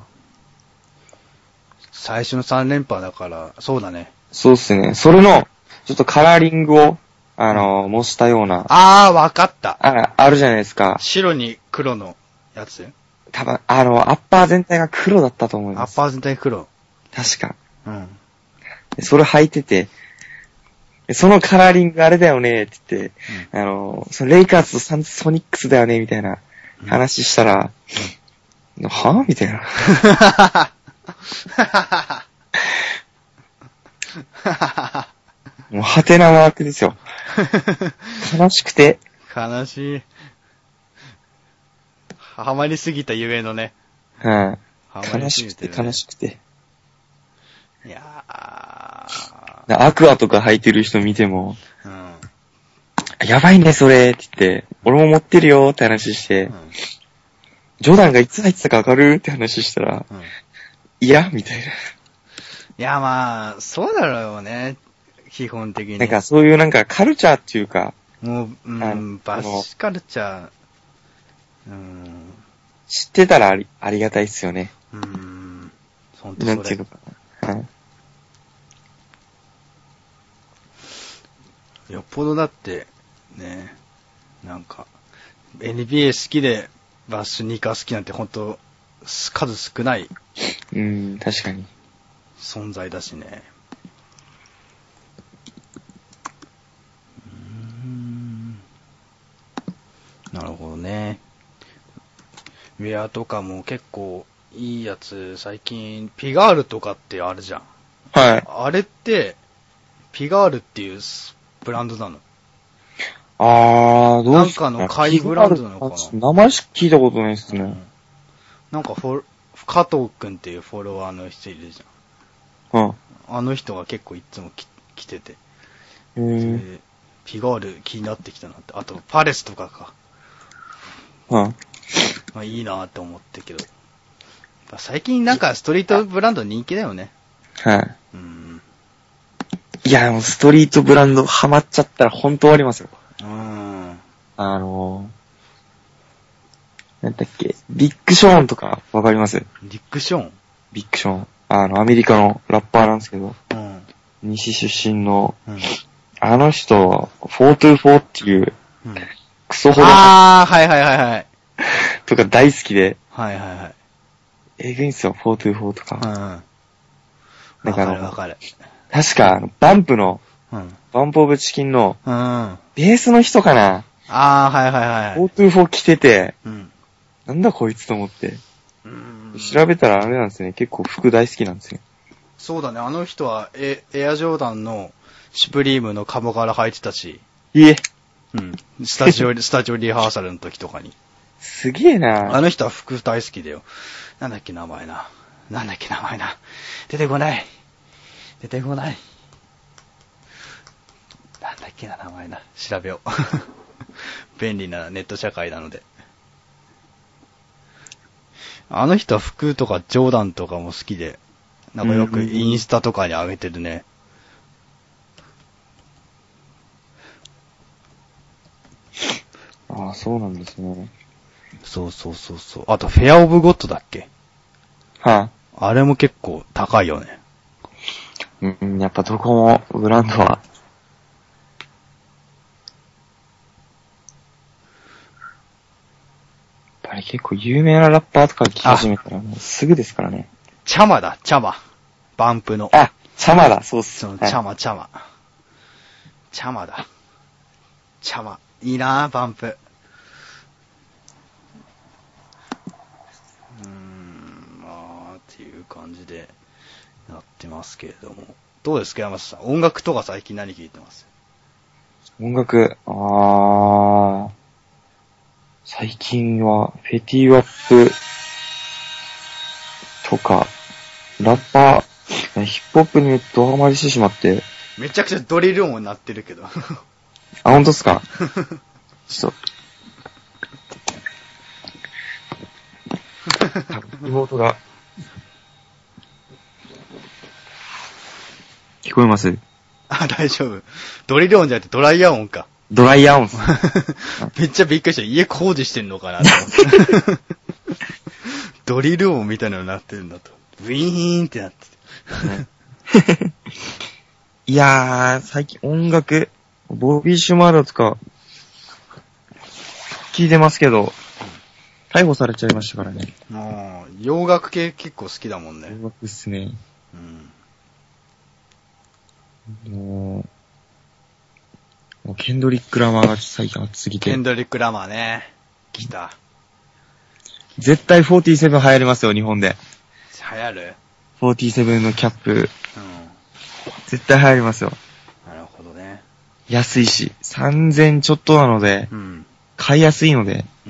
最初のさん連覇だから、そうだね。 そうっすね。それの、ちょっとカラーリングを、あのー、模したような。 あー、わかった。 あ、あるじゃないですか。 白に黒のやつ？ 多分、あの、アッパー全体が黒だったと思います。 アッパー全体黒。 確か。うん。それ履いてて、そのカラーリングあれだよねって言って、うん、あの、そのレイカーズとサンズソニックスだよねみたいな話したら、うん、はぁみたいな。もう、ハテナマークですよ。悲しくて。 悲しい。ハマりすぎたゆえのね。 はい、あ、悲しくて悲しくて。 いやー。アクアとか履いてる人見ても、うん、やばいねそれって言って、俺も持ってるよって話して、うん、ジョーダンがいつ入ってたかわかるって話したら、うん、いやみたいな。 いやまあ、そうだろうね。基本的に。 なんかそういうなんかカルチャーっていうか、 もう、うん、バッシュカルチャー、うん、 知ってたらあり、ありがたいっすよね。 うん。ほんとそれ。 なんていうのかな。はい。 よっぽどだって、ね、なんか、エヌビーエー 好きでバッシュニカ好きなんてほんと、数少ない。 うん、確かに。 存在だしね。うーん。なるほどね。ウェアとかも結構いいやつ、最近、ピガールとかってあるじゃん。 はい。 あれって、ピガールっていうブランドなの？ あー、どうなんかの買いブランドなのかな？ 名前しか聞いたことないですね。うん、 なんかフォ、加藤くんっていうフォロワーの人いるじゃん。うん。あの人が結構いつもき来てて。へー。ピガール気になってきたなって。あと、パレスとかか。 うん。 まあいいなって思ってけど。最近なんかストリートブランド人気だよね。 はい。うん。いや、もうストリートブランドハマっちゃったら本当終わりますよ。うん。あのー、なんだっけ、ビッグショーンとかわかります？ ビッグショーン？ ビッグショーン。あの、アメリカのラッパーなんですけど。うん。西出身の、うん、あの人、フォートゥーフォーっていう、うん、クソほど。 あー、はいはいはいはい。 とか大好きで。 はいはいはい。 えぐいんすよ、フォートゥーフォーとか。うん。 だから、わかるわかる。 確か、バンプの、うん、バンプオブチキンの、うん、ベースの人かな。 あー、はいはいはい。 フォートゥーフォー着てて、うん、なんだこいつと思って。うん、調べたらあれなんですね、結構服大好きなんですよ。 そうだね、あの人はエ、エアジョーダンのシュプリームのカモから履いてたし。 いえ。 うん。スタジオ、スタジオリハーサルの時とかに。 すげえな。 あの人は服大好きだよ。なんだっけ名前な。なんだっけ名前な。出てこない。出てこない。なんだっけな名前な。調べよう。便利なネット社会なので。 あの人は服とかジョーダンとかも好きで、なんかよくインスタとかに上げてるね。 ああ、そうなんですね。 そうそうそうそう。あと、フェアオブゴッドだっけ？ はい、 あ。あれも結構高いよね。 うん、やっぱどこもブランドは。やっぱり結構有名なラッパーとか聞き始めたらもうすぐですからね。 チャマだ、チャマ。バンプの。 あ、チャマだ、そうっす。 そのチャマ、チャマ。チャマだ。チャマ。いいなぁ、バンプ。うーん、まあ、っていう感じでやってますけれども。どうですか、山下さん。音楽とか最近何聴いてます？ 音楽、あー、最近はフェティワップとか、ラッパー、ヒップホップにドハマりしてしまって。 めちゃくちゃドリル音になってるけど。 あ、ほんとっすか？ちょっと。妹が。聞こえます？ あ、大丈夫。ドリル音じゃなくてドライヤー音か。 ドライヤー音っす。 めっちゃびっくりした。家工事してんのかなと思って。ドリル音みたいなのになってるんだと。ウィーンってなってて。 いやー、最近音楽、ボビー・シュマーロとか、聞いてますけど、逮捕されちゃいましたからね。 もう、洋楽系結構好きだもんね。 洋楽っすね。うん。もう、もうケンドリック・ラマーが最近熱すぎて。 ケンドリック・ラマーね。来た。 絶対フォーティーセブン流行りますよ、日本で。 流行る？ フォーティーセブンのキャップ。 うん。 絶対流行りますよ。 なるほどね。 安いし、さんぜんちょっとなので、うん、買いやすいので、うん。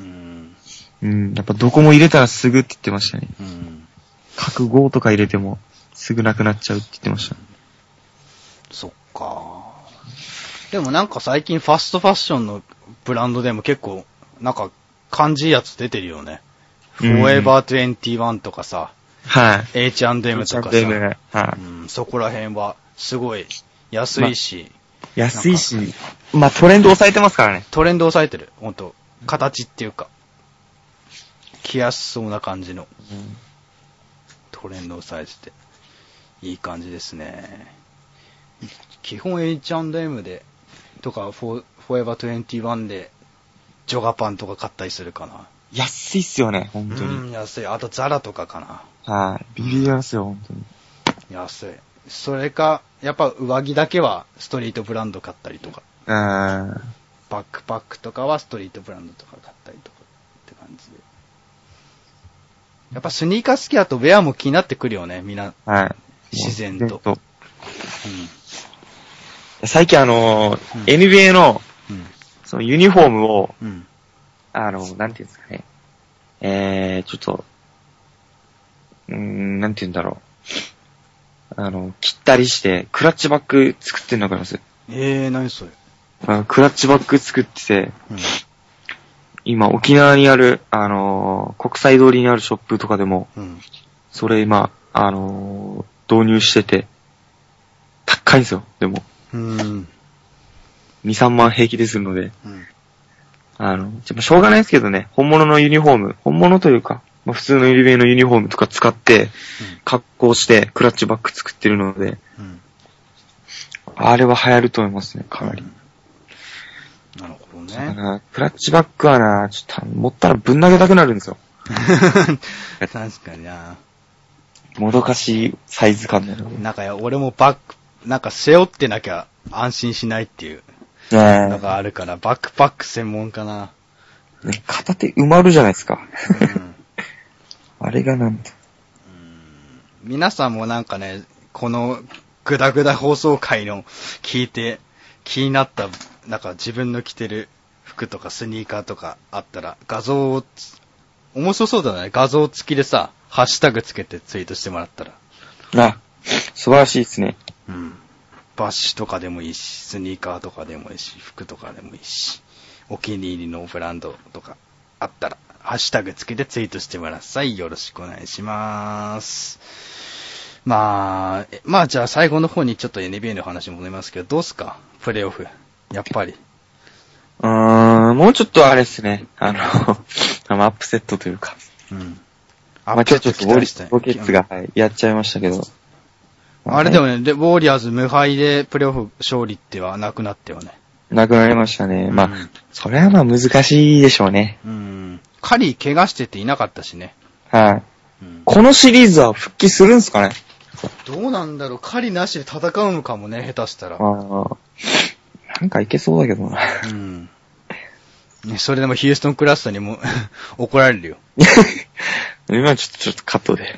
うん、やっぱどこも入れたらすぐって言ってましたね。うん。各号とか入れても、すぐなくなっちゃうって言ってました。うん、 そっか。でもなんか最近ファストファッションのブランドでも結構、なんか、感じいいやつ出てるよね。フォーエバーにじゅういちとかさ、はい。エイチアンドエム とかさ、はい、うん。そこら辺は、すごい、安いし。 ま、安いし、まあ、トレンド抑えてますからね。 トレンド抑えてる。ほんと。形っていうか。着やすそうな感じの。うん、トレンド抑えてて。いい感じですね。基本 エイチアンドエム で、とか、フォーエバーにじゅういちで、ジョガパンとか買ったりするかな。 安いっすよね、本当に。 うん、安い。あとザラとかかな。 はい。ビビりますよ、本当に。 安い。それか、やっぱ上着だけはストリートブランド買ったりとか。うん。バックパックとかはストリートブランドとか買ったりとかって感じで。やっぱスニーカー好きだとウェアも気になってくるよね、みんな。はい。自然と。うん。 最近あのーうん、エヌビーエー の、うん、そのユニフォームを、うん、あの、なんていうんですかね。えー、ちょっと、うーん、なんていうんだろう。あの、切ったりして、クラッチバッグ作ってんのわかります？ えー、何それ。 あのクラッチバッグ作ってて、うん、今沖縄にある、あのー、国際通りにあるショップとかでも、うん、それ今、あのー、導入してて、高いんですよ、でも。うん。に、さんまん平気でするので。うん。あの、しょうがないですけどね、本物のユニフォーム、本物というか、まあ、普通のユニベイのユニフォームとか使って、うん、格好してクラッチバッグ作ってるので、うん、あれは流行ると思いますね、かなり。 うん、なるほどね。 なクラッチバッグはな、ちょっと持ったらぶん投げたくなるんですよ。 確かにな。 もどかしいサイズ感だよ。 なんか俺もバッグ、なんか背負ってなきゃ安心しないっていうのがあるから、バックパック専門かな。 ね、片手埋まるじゃないですか。うん、あれがなんと。 うん、皆さんもなんかね、このグダグダ放送回の聞いて気になった、なんか自分の着てる服とかスニーカーとかあったら画像を、面白そうだね。画像付きでさ、ハッシュタグつけてツイートしてもらったら。 あ、素晴らしいですね。 うん。バッシュとかでもいいし、スニーカーとかでもいいし、服とかでもいいし、お気に入りのブランドとかあったら、 ハッシュタグつけてツイートしてください。よろしくお願いします。まあ、まあじゃあ最後の方にちょっと エヌビーエー の話戻りますけど、どうすかプレイオフ。やっぱり。 うーん、もうちょっとあれですね。あの、アップセットというか。うん。アップセット期待したい。ロケッツが、はい、やっちゃいましたけど。 あれでもね、で、ウォーリアーズ無敗でプレイオフ勝利ってはなくなったよね。 なくなりましたね。うん、まあ、それはまあ難しいでしょうね。 うん。カリー怪我してていなかったしね。 はい、うん。このシリーズは復帰するんすかね？ どうなんだろう。カリーなしで戦うのかもね、下手したら。ああ。 なんかいけそうだけどな。 うん。ね、それでもヒューストンクラスターにも怒られるよ。 今ちょっと、ちょっとカットで。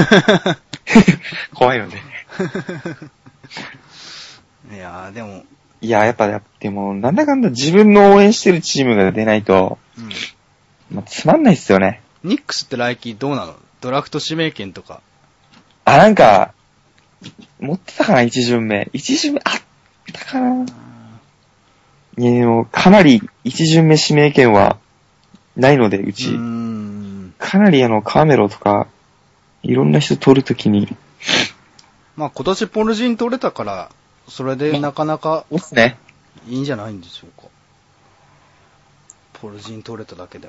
怖いので。 いやー、でも。 いや、やっぱ、やっぱでも、なんだかんだ自分の応援してるチームが出ないと、うん、まあ、つまんないっすよね。 ニックスって来季どうなの？ドラフト指名権とか。 あ、なんか、持ってたかな、一巡目。一巡目、あったかな。いや、でも、かなり一巡目指名権はないので、うち。うーんかなりあの、カーメロとか、いろんな人取るときに。 まあ今年ポルジン取れたから、それでなかなか、 そうっすね。 いいんじゃないんでしょうか。ポルジン取れただけでも。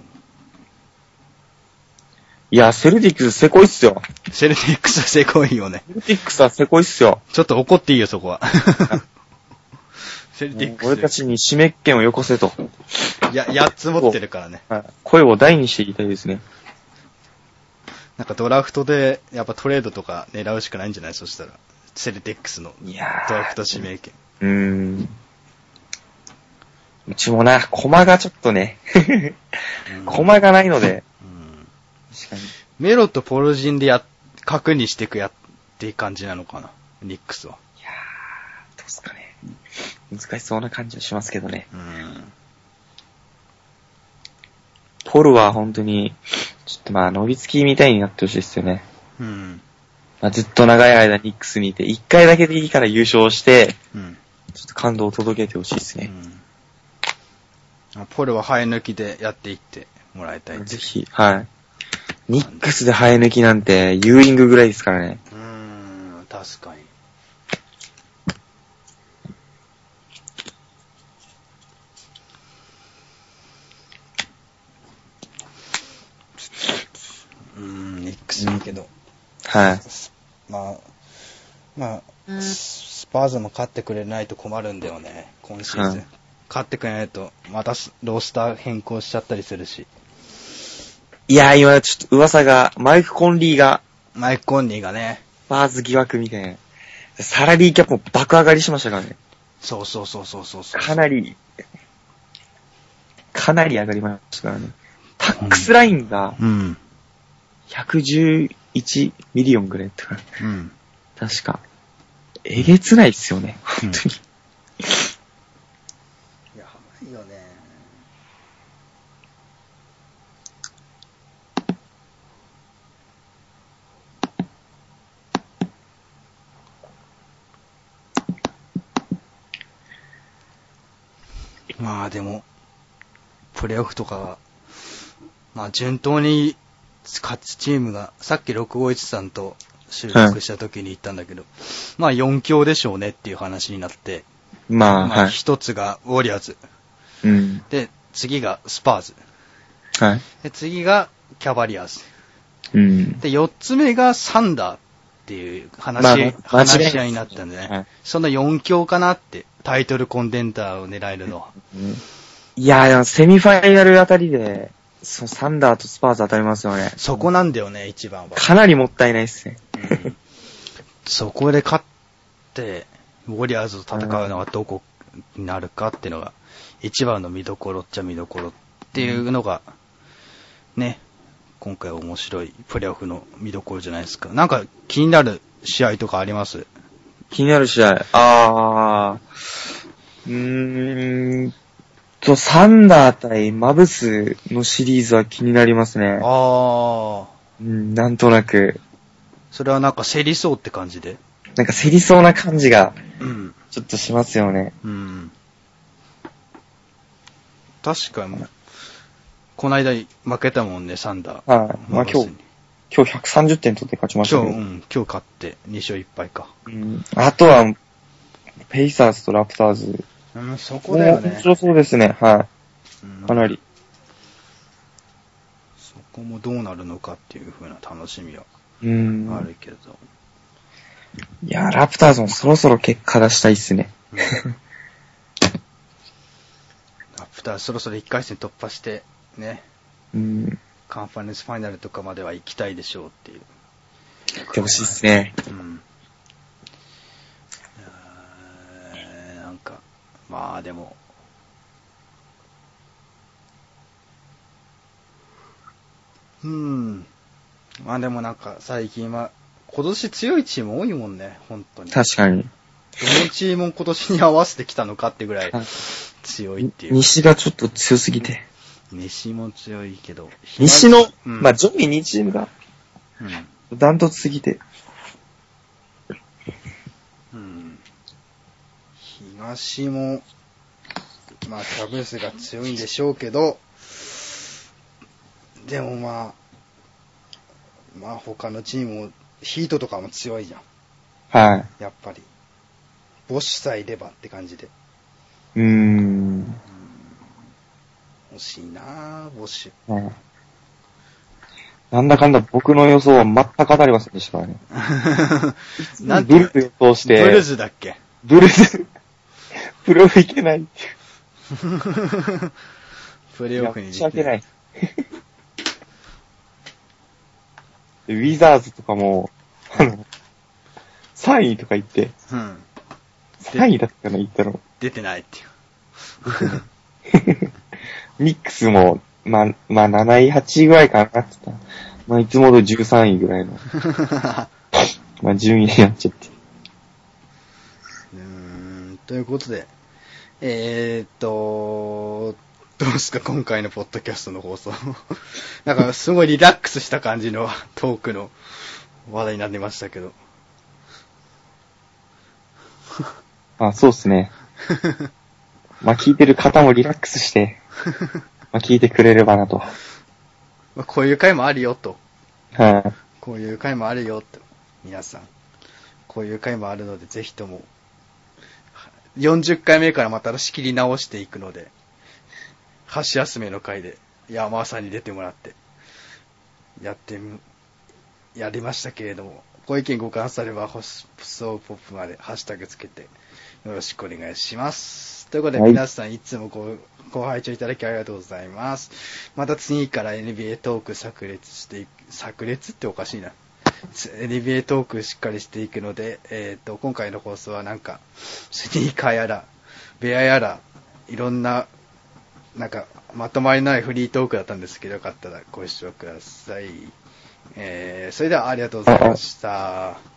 いや、セルティックスせこいっすよ。 セルティックスせこいよね。 セルティックスはせこいっすよ。 ちょっと怒っていいよ、そこは。 セルティックス。俺たちに指名権をよこせと。 いや、やっつ持ってるからね。 声を大にして言いたいですね。 なんかドラフトで、やっぱトレードとか狙うしかないんじゃない？そしたら。セルティックスのドラフト指名権。 うーん。うちもな、コマがちょっとね、コマがないので。うん確かにメロとポルジンでや、核にしていくやっていう感じなのかな、ニックスは。 いやー、どうすかね。難しそうな感じはしますけどね。うん。ポルは本当に、ちょっとまあ、ノビツキみたいになってほしいですよね。うん。まあ、ずっと長い間ニックスにいて、一回だけでいいから優勝して、うん、ちょっと感動を届けてほしいですね。 うん、ポルは生え抜きでやっていってもらいたい。 ぜひ、はい。ニックスで生え抜きなんて、ユーイングぐらいですからね。 うーん、確かに。うーん、ニックスいいけど。うんはい。 まあ、まあ、スパーズも勝ってくれないと困るんだよね、今シーズン。はい、勝ってくれないと、またロースター変更しちゃったりするし。 いやー、今ちょっと噂が、マイク・コンリーが、 マイク・コンリーがね、 スパーズ疑惑みたいな。サラリーキャップも爆上がりしましたからね。 そうそうそうそうそうそう。 かなり、かなり上がりましたからね。タックスラインが、うん。ひゃくじゅういちミリオンぐらいだったから。うん。確か。えげつないっすよね。本当に。 うん、やばいよね。まあでも、プレイオフとかは、まあ順当に、勝ちチームが、さっきろくごいちさんと収録した時に言ったんだけど、はい、まあよん強でしょうねっていう話になって、 まあ、 まあ一つがウォリアーズ、うん、で、次がスパーズ、はい、で次がキャバリアーズ、うん、で、よっつめがサンダーっていう話、まあ、話し合いになったんでね、はい、そのよん強かなって、タイトルコンテンダーを狙えるのは。 うん、いやー、セミファイナルあたりで、そう、サンダーとスパーズ当たりますよね。 そこなんだよね、一番は。 かなりもったいないっすね。 うん、そこで勝って、ウォリアーズと戦うのはどこになるかっていうのが、一番の見どころっちゃ見どころっていうのが、ね、今回面白いプレイオフの見どころじゃないですか。なんか気になる試合とかあります？ 気になる試合。あー、うーんと、サンダー対マブスのシリーズは気になりますね。あー。うん、なんとなく。 それはなんか競りそうって感じで？ なんか競りそうな感じが、ちょっとしますよね。うん。 確かに。 この間負けたもんね、サンダー。 はい。まあ今日、今日ひゃくさんじゅってん取って勝ちましたけど。 今日、うん、今日勝ってに勝いっ敗か。 うん。あとは、ペイサーズとラプターズ。 うん、そこだよね。 面白そうですね、はい。うん、かなり。 そこもどうなるのかっていう風な楽しみはあるけど。 いや、ラプターズもそろそろ結果出したいっすね。うん、ラプターズそろそろいっかい戦突破してね、うん、カンファレンスファイナルとかまでは行きたいでしょうっていう。 行ってほしいっすね。 うん。えー、なんかまあでも。うん。まあでもなんか最近は今年強いチーム多いもんね、本当に。 確かに。 どのチームも今年に合わせてきたのかってぐらい強いっていう。 西がちょっと強すぎて。 西も強いけど。 西の、うん、まあ上位にチームが、うん、ダントツすぎて。 うん。東も、まあキャブスが強いんでしょうけど、でもまあ、まあ他のチームも、ヒートとかも強いじゃん。 はい。 やっぱり。ボッシュさえいればって感じで。 うーん。 欲しいなぁ、ボッシュ。 うん。なんだかんだ僕の予想は全く当たりませんでしたからね。なんてブルズ予想して。 ブルズだっけ？ ブルズ。プレーオフいけないっていう。 プレーオフに申し訳ない。ウィザーズとかも、あの、さんいとか言って、うん、さんいだったかな、言ったの。 出てないっていう。ミックスも、まあ、まあ、なない、はちいぐらいかなって言ったら、まあ、いつものじゅうさんいぐらいの、まあ、順位になっちゃって。 うーん、ということで、えーっと、どうですか、今回のポッドキャストの放送。なんか、すごいリラックスした感じのトークの話題になってましたけど。 あ、そうですね。まあ、聞いてる方もリラックスして、まあ、聞いてくれればなと。 まあ、こういう回もあるよと。 はい、 こういう回もあるよと。皆さん。こういう回もあるので、ぜひとも。よんじゅっかいめからまた仕切り直していくので、箸休めの回で山さんに出てもらって、やってみ、やりましたけれども、ご意見ご感想あれば、ホスソーポップまでハッシュタグつけて、よろしくお願いします。ということで、皆さんいつもご、ご拝聴いただきありがとうございます。また次から エヌビーエー トーク炸裂していく、炸裂っておかしいな。エヌビーエー トークしっかりしていくので、えっと、今回の放送はなんか、スニーカーやら、ベアやら、いろんな、なんか、まとまりないフリートークだったんですけど、よかったらご視聴ください。えー、それではありがとうございました。